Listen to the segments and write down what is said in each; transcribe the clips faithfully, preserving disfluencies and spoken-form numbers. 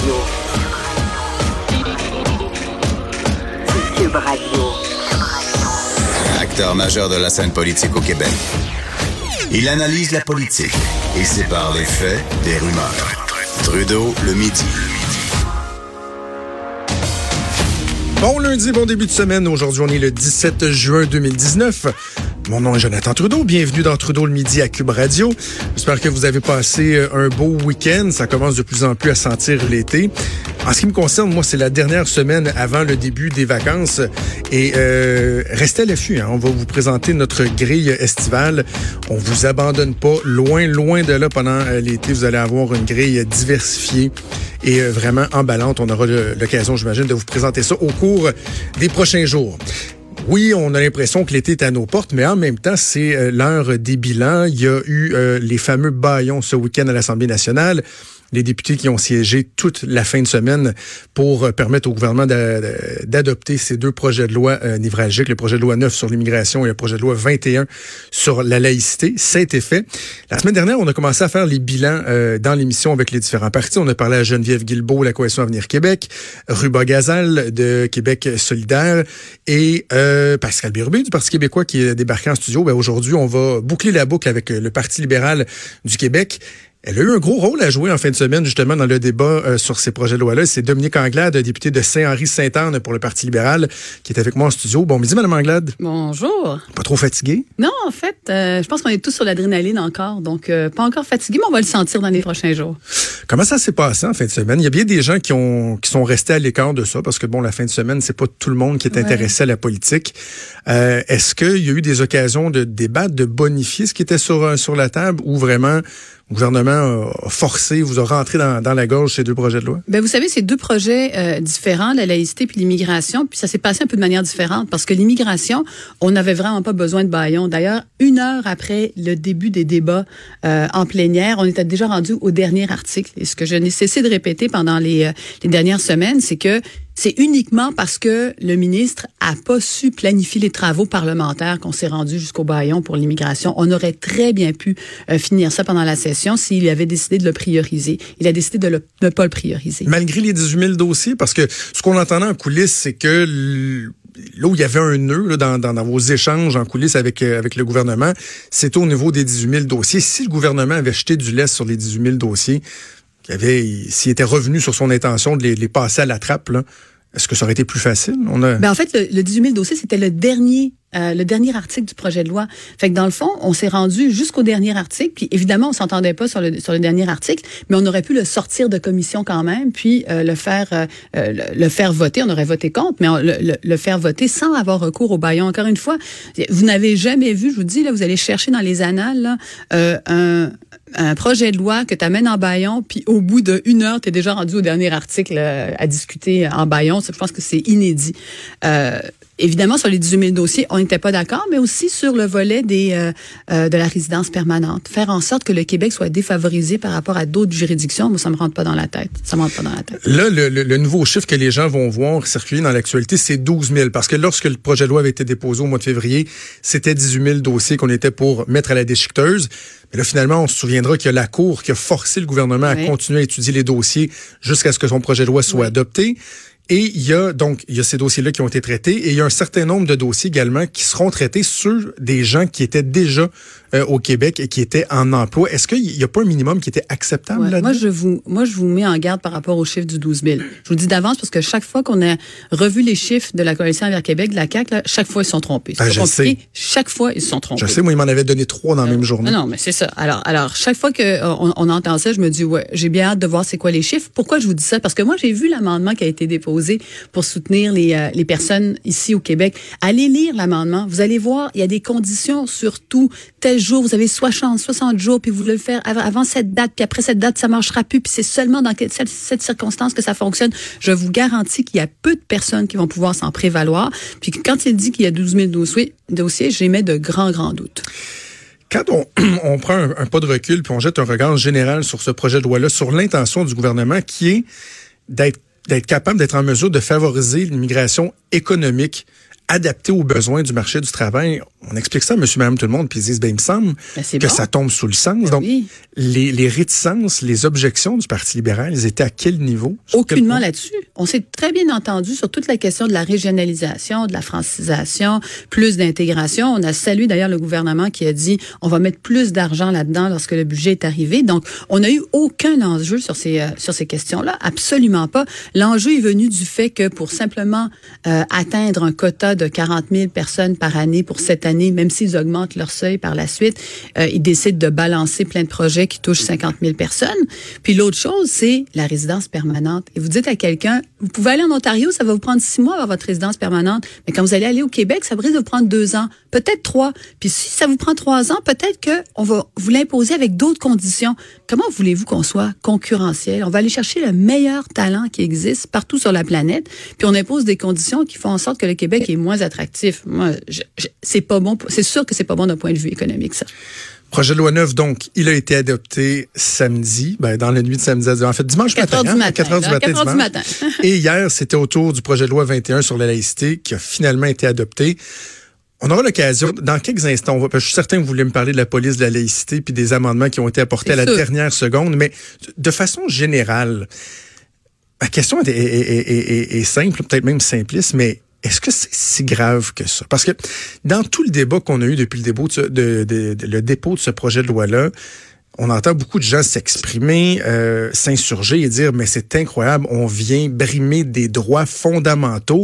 Radio. Cube Radio. Acteur majeur de la scène politique au Québec. Il analyse la politique et sépare les faits des rumeurs. Trudeau le midi. Bon lundi, bon début de semaine. Aujourd'hui, on est le dix-sept juin deux mille dix-neuf. Mon nom est Jonathan Trudeau. Bienvenue dans Trudeau le midi à Cube Radio. J'espère que vous avez passé un beau week-end. Ça commence de plus en plus à sentir l'été. En ce qui me concerne, moi, c'est la dernière semaine avant le début des vacances. Et euh, restez à l'affût. Hein. On va vous présenter notre grille estivale. On vous abandonne pas. Loin, loin de là, pendant euh, l'été, vous allez avoir une grille diversifiée et euh, vraiment emballante. On aura le, l'occasion, j'imagine, de vous présenter ça au cours des prochains jours. Oui, on a l'impression que l'été est à nos portes, mais en même temps, c'est euh, l'heure des bilans. Il y a eu euh, les fameux bâillons ce week-end à l'Assemblée nationale. Les députés qui ont siégé toute la fin de semaine pour euh, permettre au gouvernement d'a, d'adopter ces deux projets de loi euh, névralgiques, le projet de loi neuf sur l'immigration et le projet de loi vingt et un sur la laïcité. Ça a été fait. La semaine dernière, on a commencé à faire les bilans euh, dans l'émission avec les différents partis. On a parlé à Geneviève Guilbeault, la Coalition Avenir Québec, Ruba Gazal de Québec solidaire et euh, Pascal Bérubé du Parti québécois qui est débarqué en studio. Ben, aujourd'hui, on va boucler la boucle avec le Parti libéral du Québec. Elle a eu un gros rôle à jouer en fin de semaine, justement, dans le débat euh, sur ces projets de loi-là. C'est Dominique Anglade, députée de Saint-Henri-Sainte-Anne pour le Parti libéral, qui est avec moi en studio. Bon midi, Mme Anglade. Bonjour. Pas trop fatiguée? Non, en fait, euh, je pense qu'on est tous sur l'adrénaline encore, donc euh, pas encore fatigué, mais on va le sentir dans les prochains jours. Comment ça s'est passé en fin de semaine? Il y a bien des gens qui ont qui sont restés à l'écart de ça, parce que, bon, la fin de semaine, c'est pas tout le monde qui est ouais. intéressé à la politique. Euh, est-ce qu'il y a eu des occasions de débattre, de bonifier ce qui était sur, sur la table, ou vraiment... Le gouvernement a forcé, vous a rentré dans, dans la gorge ces deux projets de loi? Ben vous savez, c'est deux projets euh, différents, la laïcité puis l'immigration, puis ça s'est passé un peu de manière différente parce que l'immigration, on n'avait vraiment pas besoin de bâillons. D'ailleurs, une heure après le début des débats euh, en plénière, on était déjà rendu au dernier article. Et ce que je n'ai cessé de répéter pendant les, euh, les dernières semaines, c'est que c'est uniquement parce que le ministre a pas su planifier les travaux parlementaires qu'on s'est rendu jusqu'au bâillon pour l'immigration. On aurait très bien pu euh, finir ça pendant la session s'il avait décidé de le prioriser. Il a décidé de le, ne pas le prioriser. Malgré les dix-huit mille dossiers, parce que ce qu'on entendait en coulisses, c'est que l- là où il y avait un nœud là, dans, dans, dans vos échanges en coulisses avec, euh, avec le gouvernement, c'était au niveau des dix-huit mille dossiers. Si le gouvernement avait jeté du lest sur les dix-huit mille dossiers, qu'il avait, s'il était revenu sur son intention de les, les passer à la trappe, là, est-ce que ça aurait été plus facile? On a... Ben en fait, le, le dix-huit mille dossiers, c'était le dernier euh, le dernier article du projet de loi. Fait que dans le fond, on s'est rendu jusqu'au dernier article, puis évidemment, on s'entendait pas sur le sur le dernier article, mais on aurait pu le sortir de commission quand même, puis euh, le faire euh, le, le faire voter. On aurait voté contre, mais on, le, le, le faire voter sans avoir recours au bâillon. Encore une fois, vous n'avez jamais vu, je vous dis, là, vous allez chercher dans les annales là, euh, un un projet de loi que tu amènes en bâillon, puis au bout d'une heure, tu es déjà rendu au dernier article euh, à discuter en bâillon. Je pense que c'est inédit. Euh, évidemment, sur les dix-huit mille dossiers, on n'était pas d'accord, mais aussi sur le volet des euh, euh, de la résidence permanente. Faire en sorte que le Québec soit défavorisé par rapport à d'autres juridictions, moi, ça me rentre pas dans la tête. Ça me rentre pas dans la tête. Là, le, le, le nouveau chiffre que les gens vont voir circuler dans l'actualité, c'est douze mille. Parce que lorsque le projet de loi avait été déposé au mois de février, c'était dix-huit mille dossiers qu'on était pour mettre à la déchiqueteuse. Mais là, finalement, on se souviendra qu'il y a la Cour qui a forcé le gouvernement oui. à continuer à étudier les dossiers jusqu'à ce que son projet de loi soit oui. adopté. Et il y a donc il y a ces dossiers-là qui ont été traités et il y a un certain nombre de dossiers également qui seront traités sur des gens qui étaient déjà euh, au Québec et qui étaient en emploi. Est-ce qu'il n'y a pas un minimum qui était acceptable ouais, là-dedans? Moi, je vous moi je vous mets en garde par rapport au chiffre du douze mille. Je vous le dis d'avance parce que chaque fois qu'on a revu les chiffres de la Coalition Avenir Québec, de la C A Q, là, chaque fois ils se sont trompés. C'est ben, je sais. Chaque fois ils se sont trompés. Je sais, moi, il m'en avait donné trois dans la euh, même journée. Non, non, mais c'est ça. Alors, alors chaque fois qu'on on entend ça, je me dis, ouais, j'ai bien hâte de voir c'est quoi les chiffres. Pourquoi je vous dis ça? Parce que moi, j'ai vu l'amendement qui a été déposé pour soutenir les, euh, les personnes ici au Québec. Allez lire l'amendement. Vous allez voir, il y a des conditions surtout. Tel jour, vous avez soixante, soixante jours, puis vous voulez le faire avant cette date, puis après cette date, ça marchera plus, puis c'est seulement dans cette, cette circonstance que ça fonctionne. Je vous garantis qu'il y a peu de personnes qui vont pouvoir s'en prévaloir. Puis quand il dit qu'il y a douze mille dossiers, dossiers j'émets de grands, grands doutes. Quand on, on prend un, un pas de recul puis on jette un regard général sur ce projet de loi-là, sur l'intention du gouvernement qui est d'être d'être capable d'être en mesure de favoriser l'immigration économique adapté aux besoins du marché du travail. On explique ça à monsieur, madame, tout le monde, puis ils disent, ben, il me semble ben, que bon. ça tombe sous le sens. Ben Donc, oui. les, les réticences, les objections du Parti libéral, ils étaient à quel niveau? Aucunement là-dessus. On s'est très bien entendu sur toute la question de la régionalisation, de la francisation, plus d'intégration. On a salué d'ailleurs le gouvernement qui a dit, on va mettre plus d'argent là-dedans lorsque le budget est arrivé. Donc, on n'a eu aucun enjeu sur ces, euh, sur ces questions-là. Absolument pas. L'enjeu est venu du fait que pour simplement euh, atteindre un quota de quarante mille personnes par année pour cette année, même s'ils augmentent leur seuil par la suite, euh, ils décident de balancer plein de projets qui touchent cinquante mille personnes. Puis l'autre chose, c'est la résidence permanente. Et vous dites à quelqu'un, vous pouvez aller en Ontario, ça va vous prendre six mois avoir votre résidence permanente. Mais quand vous allez aller au Québec, ça risque de vous prendre deux ans, peut-être trois. Puis si ça vous prend trois ans, peut-être que on va vous l'imposer avec d'autres conditions. Comment voulez-vous qu'on soit concurrentiel? On va aller chercher le meilleur talent qui existe partout sur la planète, puis on impose des conditions qui font en sorte que le Québec est moins attractif. Moi, je, je, c'est pas bon. C'est sûr que c'est pas bon d'un point de vue économique, ça. Projet de loi neuf, donc, il a été adopté samedi, ben, dans la nuit de samedi à en fait, dimanche matin. quatre heures du matin. quatre heures du matin, quatre heures du matin. Et hier, c'était autour du projet de loi vingt et un sur la laïcité qui a finalement été adopté. On aura l'occasion, dans quelques instants, on va, parce que je suis certain que vous voulez me parler de la police de la laïcité puis des amendements qui ont été apportés c'est à la sûr. dernière seconde, mais de façon générale, ma question est, est, est, est, est simple, peut-être même simpliste, mais est-ce que c'est si grave que ça? Parce que dans tout le débat qu'on a eu depuis le dépôt de, ce, de, de, de, le dépôt de ce projet de loi-là, on entend beaucoup de gens s'exprimer, euh, s'insurger et dire « mais c'est incroyable, on vient brimer des droits fondamentaux ».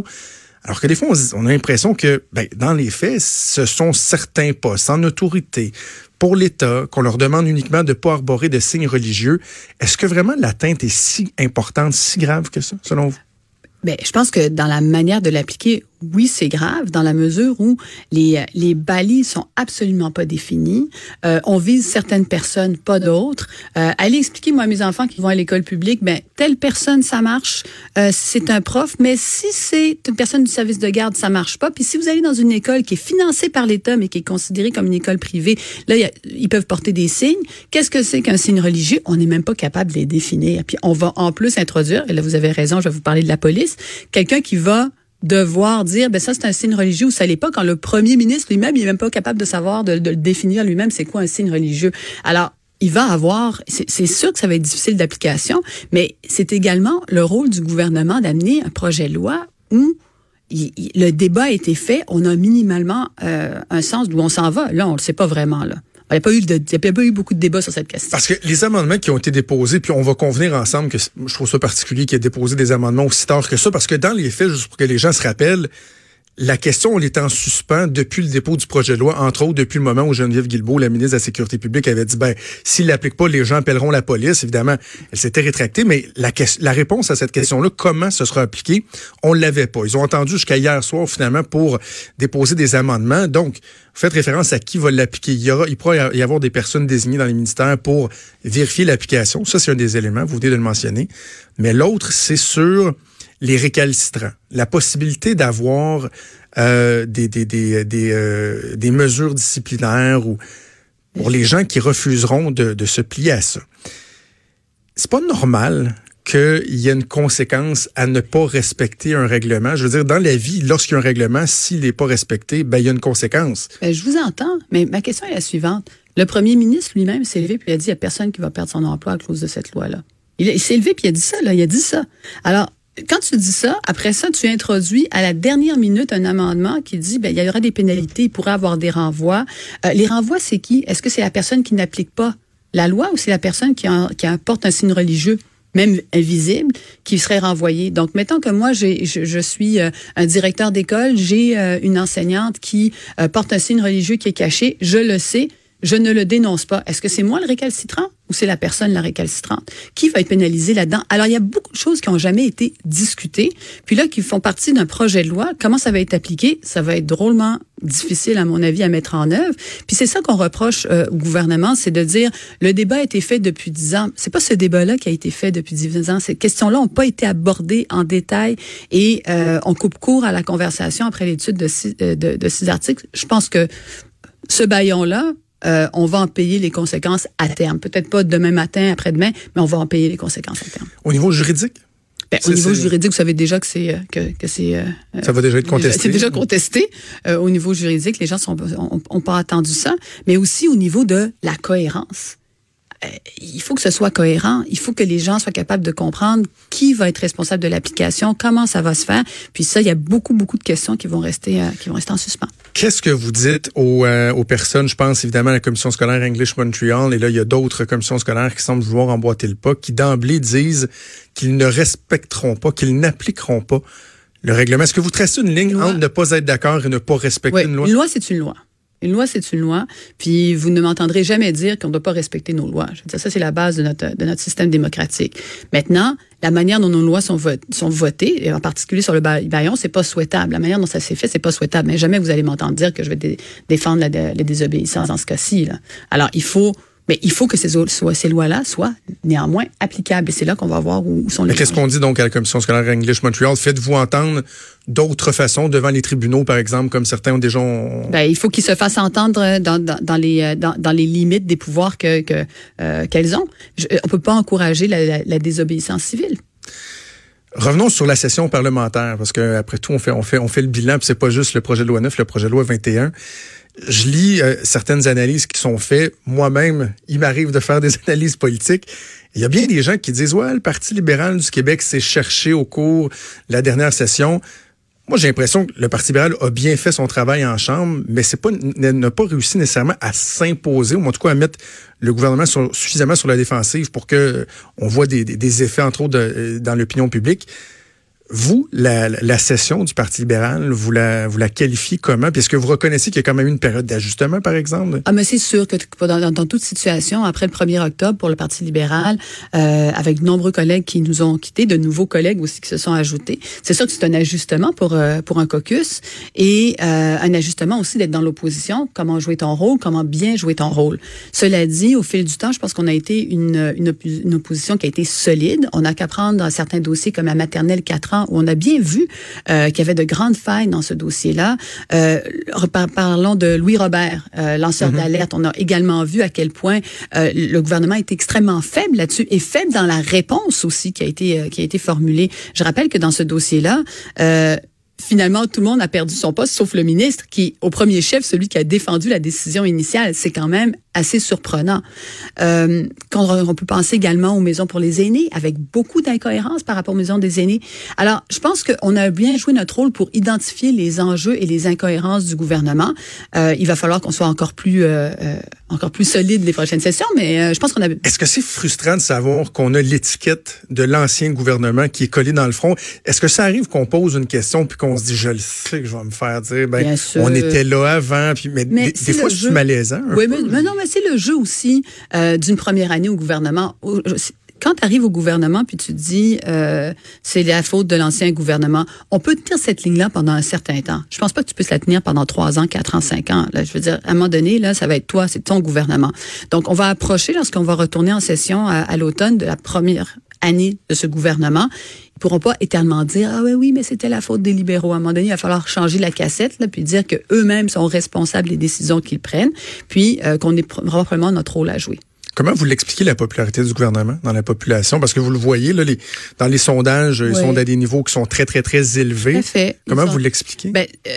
Alors que des fois, on a l'impression que, ben, dans les faits, ce sont certains postes en autorité pour l'État, qu'on leur demande uniquement de ne pas arborer de signes religieux. Est-ce que vraiment l'atteinte est si importante, si grave que ça, selon vous? Bien, je pense que dans la manière de l'appliquer, oui, c'est grave, dans la mesure où les, les balises sont absolument pas définies. Euh, on vise certaines personnes, pas d'autres. Euh, allez expliquer, moi, à mes enfants qui vont à l'école publique, ben telle personne, ça marche, euh, c'est un prof, mais si c'est une personne du service de garde, ça marche pas. Puis si vous allez dans une école qui est financée par l'État, mais qui est considérée comme une école privée, là, y a, ils peuvent porter des signes. Qu'est-ce que c'est qu'un signe religieux? On n'est même pas capable de les définir. Puis on va en plus introduire, et là, vous avez raison, je vais vous parler de la police, quelqu'un qui va devoir dire, ben ça c'est un signe religieux ou ça l'est pas, quand le premier ministre lui-même, il est même pas capable de savoir, de, de le définir lui-même, c'est quoi un signe religieux. Alors, il va avoir, c'est, c'est sûr que ça va être difficile d'application, mais c'est également le rôle du gouvernement d'amener un projet de loi où il, il, le débat a été fait, on a minimalement euh, un sens d'où on s'en va. Là, on le sait pas vraiment, là. Il n'y a pas eu de, il n'y a pas eu beaucoup de débats sur cette question. Parce que les amendements qui ont été déposés, puis on va convenir ensemble que je trouve ça particulier qu'il ait déposé des amendements aussi tard que ça, parce que dans les faits, juste pour que les gens se rappellent, la question, on est en suspens depuis le dépôt du projet de loi, entre autres depuis le moment où Geneviève Guilbeault, la ministre de la Sécurité publique, avait dit, ben, s'il l'applique pas, les gens appelleront la police. Évidemment, elle s'était rétractée, mais la, la réponse à cette question-là, comment ce sera appliqué, on l'avait pas. Ils ont entendu jusqu'à hier soir, finalement, pour déposer des amendements. Donc, vous faites référence à qui va l'appliquer. Il y aura, il pourra y avoir des personnes désignées dans les ministères pour vérifier l'application. Ça, c'est un des éléments, vous venez de le mentionner. Mais l'autre, c'est sur les récalcitrants. La possibilité d'avoir euh, des, des, des, des, euh, des mesures disciplinaires ou pour les gens qui refuseront de, de se plier à ça. C'est pas normal qu'il y ait une conséquence à ne pas respecter un règlement. Je veux dire, dans la vie, lorsqu'il y a un règlement, s'il n'est pas respecté, ben il y a une conséquence. Ben, je vous entends, mais ma question est la suivante. Le premier ministre lui-même s'est levé puis il a dit il n'y a personne qui va perdre son emploi à cause de cette loi-là. Il, il s'est levé puis il a dit ça, là, il a dit ça. Alors, quand tu dis ça, après ça, tu introduis à la dernière minute un amendement qui dit ben il y aura des pénalités, il pourrait avoir des renvois. Euh, les renvois, c'est qui? Est-ce que c'est la personne qui n'applique pas la loi ou c'est la personne qui, en, qui apporte un signe religieux, même invisible, qui serait renvoyée? Donc, mettons que moi, j'ai, je, je suis euh, un directeur d'école, j'ai euh, une enseignante qui euh, porte un signe religieux qui est caché, je le sais, je ne le dénonce pas. Est-ce que c'est moi le récalcitrant ou c'est la personne la récalcitrante? Qui va être pénalisé là-dedans? Alors, il y a beaucoup de choses qui n'ont jamais été discutées, puis là, qui font partie d'un projet de loi. Comment ça va être appliqué? Ça va être drôlement difficile, à mon avis, à mettre en œuvre. Puis c'est ça qu'on reproche euh, au gouvernement, c'est de dire, le débat a été fait depuis dix ans. C'est pas ce débat-là qui a été fait depuis dix ans. Ces questions-là n'ont pas été abordées en détail et euh, on coupe court à la conversation après l'étude de six, de, de six articles. Je pense que ce bâillon-là, Euh, on va en payer les conséquences à terme. Peut-être pas demain matin, après-demain, mais on va en payer les conséquences à terme. Au niveau juridique? Ben, au niveau juridique, vous savez déjà que c'est que, que c'est euh, ça va déjà être contesté. C'est déjà contesté. Euh, au niveau juridique, les gens sont ont, ont pas attendu ça, mais aussi au niveau de la cohérence. Euh, il faut que ce soit cohérent. Il faut que les gens soient capables de comprendre qui va être responsable de l'application, comment ça va se faire. Puis ça, il y a beaucoup, beaucoup de questions qui vont rester, euh, qui vont rester en suspens. Qu'est-ce que vous dites aux, euh, aux personnes, je pense évidemment à la commission scolaire English Montreal, et là, il y a d'autres commissions scolaires qui semblent vouloir emboîter le pas, qui d'emblée disent qu'ils ne respecteront pas, qu'ils n'appliqueront pas le règlement. Est-ce que vous tracez une ligne entre ne pas être d'accord et ne pas respecter oui, une loi? Une loi, c'est une loi. Une loi, c'est une loi, puis vous ne m'entendrez jamais dire qu'on ne doit pas respecter nos lois. Je veux dire, ça, c'est la base de notre, de notre système démocratique. Maintenant, la manière dont nos lois sont, vo- sont votées, et en particulier sur le baillon, c'est pas souhaitable. La manière dont ça s'est fait, c'est pas souhaitable. Mais jamais vous allez m'entendre dire que je vais dé- défendre la, la désobéissance dans ce cas-ci, là. Alors, il faut... Mais il faut que ces, soit, ces lois-là soient néanmoins applicables. Et c'est là qu'on va voir où, où sont les... Mais qu'est-ce qu'on dit donc à la commission scolaire English Montreal? Faites-vous entendre d'autres façons devant les tribunaux, par exemple, comme certains ont déjà... On... Ben, il faut qu'ils se fassent entendre dans, dans, dans, les, dans, dans les limites des pouvoirs que, que, euh, qu'elles ont. Je, on peut pas encourager la, la, la désobéissance civile. Revenons sur la session parlementaire, parce que après tout, on fait, on fait, on fait le bilan, puis c'est pas juste le projet de loi neuf, le projet de loi vingt et un. Je lis euh, certaines analyses qui sont faites. Moi-même, il m'arrive de faire des analyses politiques. Il y a bien des gens qui disent « Ouais, le Parti libéral du Québec s'est cherché au cours de la dernière session. » Moi, j'ai l'impression que le Parti libéral a bien fait son travail en Chambre, mais c'est pas n'a pas réussi nécessairement à s'imposer, ou en tout cas à mettre le gouvernement sur, suffisamment sur la défensive pour que on voit des, des, des effets, entre autres, de, dans l'opinion publique. Vous, la, la session du Parti libéral, vous la, vous la qualifiez comment? Puis est-ce que vous reconnaissez qu'il y a quand même eu une période d'ajustement, par exemple? Ah, mais c'est sûr que dans, dans, dans toute situation, après le premier octobre pour le Parti libéral, euh, avec de nombreux collègues qui nous ont quittés, de nouveaux collègues aussi qui se sont ajoutés, c'est sûr que c'est un ajustement pour euh, pour un caucus et euh, un ajustement aussi d'être dans l'opposition, comment jouer ton rôle, comment bien jouer ton rôle. Cela dit, au fil du temps, je pense qu'on a été une, une, une opposition qui a été solide. On n'a qu'à prendre dans certains dossiers comme la maternelle quatre ans, où on a bien vu euh, qu'il y avait de grandes failles dans ce dossier-là. Euh, par, parlons de Louis Robert, euh, lanceur mm-hmm. d'alerte. On a également vu à quel point euh, le gouvernement est extrêmement faible là-dessus et faible dans la réponse aussi qui a été euh, qui a été formulée. Je rappelle que dans ce dossier-là, euh, finalement, tout le monde a perdu son poste, sauf le ministre, qui, au premier chef, celui qui a défendu la décision initiale. C'est quand même assez surprenant. Euh, quand on peut penser également aux maisons pour les aînés, avec beaucoup d'incohérences par rapport aux maisons des aînés. Alors, je pense qu'on a bien joué notre rôle pour identifier les enjeux et les incohérences du gouvernement. Euh, il va falloir qu'on soit encore plus euh, euh, encore plus solide les prochaines sessions, mais euh, je pense qu'on a... Est-ce que c'est frustrant de savoir qu'on a l'étiquette de l'ancien gouvernement qui est collée dans le front? Est-ce que ça arrive qu'on pose une question puis qu'on se dit, je le sais que je vais me faire dire, ben, on était là avant, puis mais, mais des, des fois, c'est malaisant. Oui, mais, mais non, mais c'est le jeu aussi euh, d'une première année au gouvernement. Quand tu arrives au gouvernement puis tu te dis euh, c'est la faute de l'ancien gouvernement, on peut tenir cette ligne-là pendant un certain temps. Je pense pas que tu puisses la tenir pendant trois ans, quatre ans, cinq ans. Là, je veux dire, à un moment donné, là, ça va être toi, c'est ton gouvernement. Donc, on va approcher lorsqu'on va retourner en session à, à l'automne de la première année de ce gouvernement. Ils pourront pas éternellement dire ah oui oui mais c'était la faute des libéraux. À un moment donné, il va falloir changer la cassette là, puis dire que eux-mêmes sont responsables des décisions qu'ils prennent, puis euh, qu'on est probablement notre rôle à jouer. Comment vous l'expliquez, la popularité du gouvernement dans la population? Parce que vous le voyez, là, les, dans les sondages, oui. Ils sont à des niveaux qui sont très, très, très élevés. Tout à fait. Comment sont... vous l'expliquez? Ben, euh,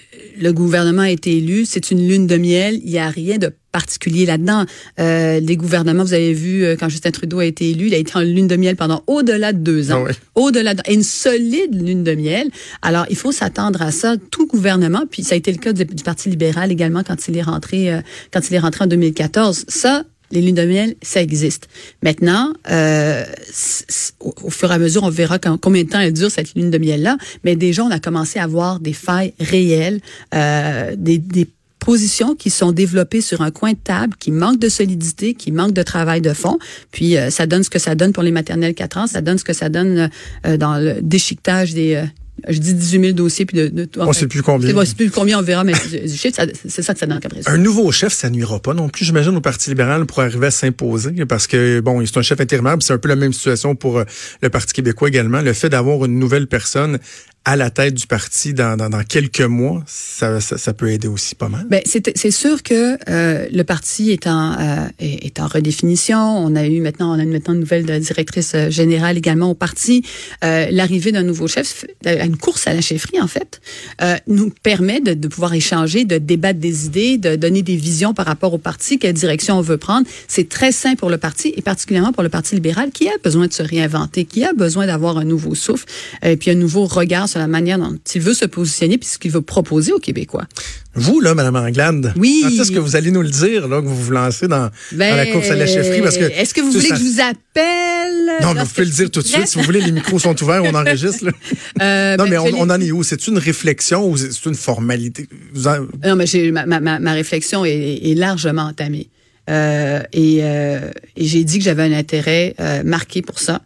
le gouvernement a été élu, c'est une lune de miel, il n'y a rien de particulier là-dedans. Euh, les gouvernements, vous avez vu, quand Justin Trudeau a été élu, il a été en lune de miel pendant au-delà de deux ans. Ah oui. Au-delà de, et une solide lune de miel. Alors, il faut s'attendre à ça. Tout gouvernement, puis ça a été le cas du, du Parti libéral également quand il est rentré, euh, quand il est rentré en deux mille quatorze. Ça, les lunes de miel, ça existe. Maintenant, euh, c- c- au, au fur et à mesure, on verra quand, combien de temps elle dure, cette lune de miel-là. Mais déjà, on a commencé à voir des failles réelles, euh, des, des positions qui sont développées sur un coin de table, qui manquent de solidité, qui manquent de travail de fond. Puis, euh, ça donne ce que ça donne pour les maternelles quatre ans, ça donne ce que ça donne euh, dans le déchiquetage des... Euh, je dis dix-huit mille dossiers. Puis de, de, on ne sait plus combien. On ne sait plus combien, on verra, mais du chiffre, ça, c'est ça que ça donne comme résultat. Un nouveau chef, ça nuira pas non plus, j'imagine, au Parti libéral pour arriver à s'imposer, parce que, bon, c'est un chef intérimaire, puis c'est un peu la même situation pour euh, le Parti québécois également. Le fait d'avoir une nouvelle personne à la tête du parti dans, dans, dans quelques mois, ça, ça, ça peut aider aussi pas mal. Ben c'est c'est sûr que euh, le parti est en euh, est, est en redéfinition. On a eu maintenant on a maintenant une nouvelle directrice générale également au parti. Euh, l'arrivée d'un nouveau chef, une course à la chefferie en fait, euh, nous permet de, de pouvoir échanger, de débattre des idées, de donner des visions par rapport au parti, quelle direction on veut prendre. C'est très sain pour le parti et particulièrement pour le Parti libéral qui a besoin de se réinventer, qui a besoin d'avoir un nouveau souffle et puis un nouveau regard sur la manière dont il veut se positionner puis ce qu'il veut proposer aux Québécois. Vous, là, Mme Anglade, oui. quand est-ce que vous allez nous le dire, là, que vous vous lancez dans, ben, dans la course à la chefferie? Parce que, est-ce que vous voulez ça... que je vous appelle? Non, mais vous pouvez le dire tout de suite. Si vous voulez, les micros sont ouverts, on enregistre. Là. Euh, non, ben, mais on, on en est où? C'est une réflexion ou c'est une formalité? Vous en... Non, mais j'ai, ma, ma, ma réflexion est, est largement entamée. Euh, et, euh, et j'ai dit que j'avais un intérêt euh, marqué pour ça.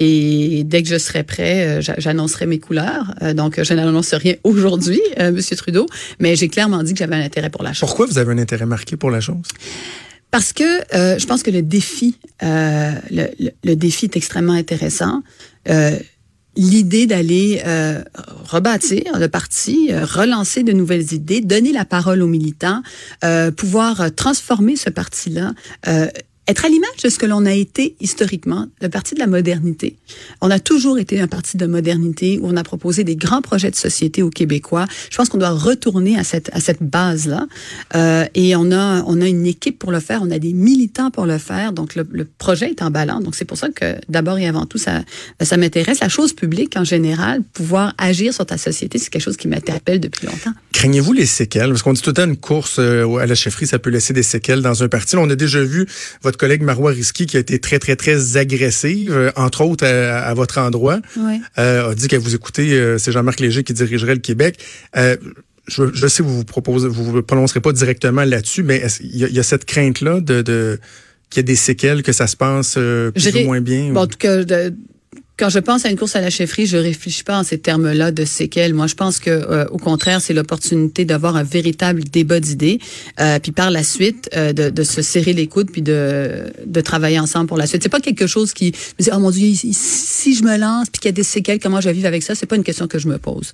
Et dès que je serai prêt, euh, j'annoncerai mes couleurs. Euh, donc, je n'annonce rien aujourd'hui, euh, M. Trudeau, mais j'ai clairement dit que j'avais un intérêt pour la chose. Pourquoi vous avez un intérêt marqué pour la chose? Parce que euh, je pense que le défi, euh, le, le, le défi est extrêmement intéressant. Euh, L'idée d'aller euh, rebâtir le parti, euh, relancer de nouvelles idées, donner la parole aux militants, euh, pouvoir transformer ce parti-là, euh, être à l'image de ce que l'on a été historiquement, le parti de la modernité. On a toujours été un parti de modernité où on a proposé des grands projets de société aux Québécois. Je pense qu'on doit retourner à cette à cette base-là. Euh, et on a on a une équipe pour le faire, on a des militants pour le faire. Donc le, le projet est emballant. Donc c'est pour ça que d'abord et avant tout ça ça m'intéresse. La chose publique en général, pouvoir agir sur ta société, c'est quelque chose qui m'interpelle depuis longtemps. Craignez-vous les séquelles? Parce qu'on dit tout le temps une course euh, à la chefferie, ça peut laisser des séquelles dans un parti. Là, on a déjà vu votre collègue Marois Risky qui a été très, très, très agressive, euh, entre autres à, à votre endroit. Oui. Euh, a dit qu'elle vous écoutez, euh, c'est Jean-Marc Léger qui dirigerait le Québec. Euh, je, je sais que vous vous proposez, vous vous prononcerez pas directement là-dessus, mais il y, y a cette crainte-là de, de qu'il y ait des séquelles, que ça se passe euh, plus ou moins bien? Bon, ou... en tout cas, de, quand je pense à une course à la chefferie, je réfléchis pas en ces termes-là de séquelles. Moi, je pense que, euh, au contraire, c'est l'opportunité d'avoir un véritable débat d'idées, euh, puis par la suite, euh, de, de se serrer les coudes, puis de, de travailler ensemble pour la suite. C'est pas quelque chose qui me dit, oh mon Dieu, si je me lance, puis qu'il y a des séquelles, comment je vais vivre avec ça? C'est pas une question que je me pose.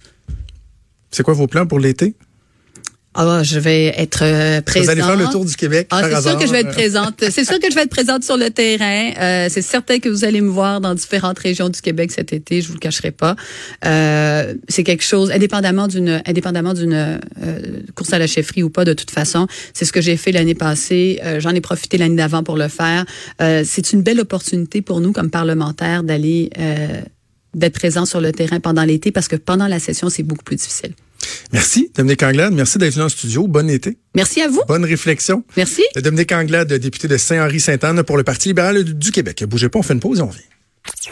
C'est quoi vos plans pour l'été? Ah, je vais être euh, présente. Vous allez faire le tour du Québec. Ah, par c'est hasard. sûr que je vais être présente. C'est sûr que je vais être présente sur le terrain. Euh, c'est certain que vous allez me voir dans différentes régions du Québec cet été. Je vous le cacherai pas. Euh, c'est quelque chose, indépendamment d'une, indépendamment d'une euh, course à la chefferie ou pas, de toute façon. C'est ce que j'ai fait l'année passée. Euh, j'en ai profité l'année d'avant pour le faire. Euh, c'est une belle opportunité pour nous comme parlementaires d'aller euh, d'être présents sur le terrain pendant l'été parce que pendant la session c'est beaucoup plus difficile. Merci, Dominique Anglade. Merci d'être venu en studio. Bon été. Merci à vous. Bonne réflexion. Merci. Dominique Anglade, député de Saint-Henri-Sainte-Anne pour le Parti libéral du Québec. Bougez pas, on fait une pause et on revient.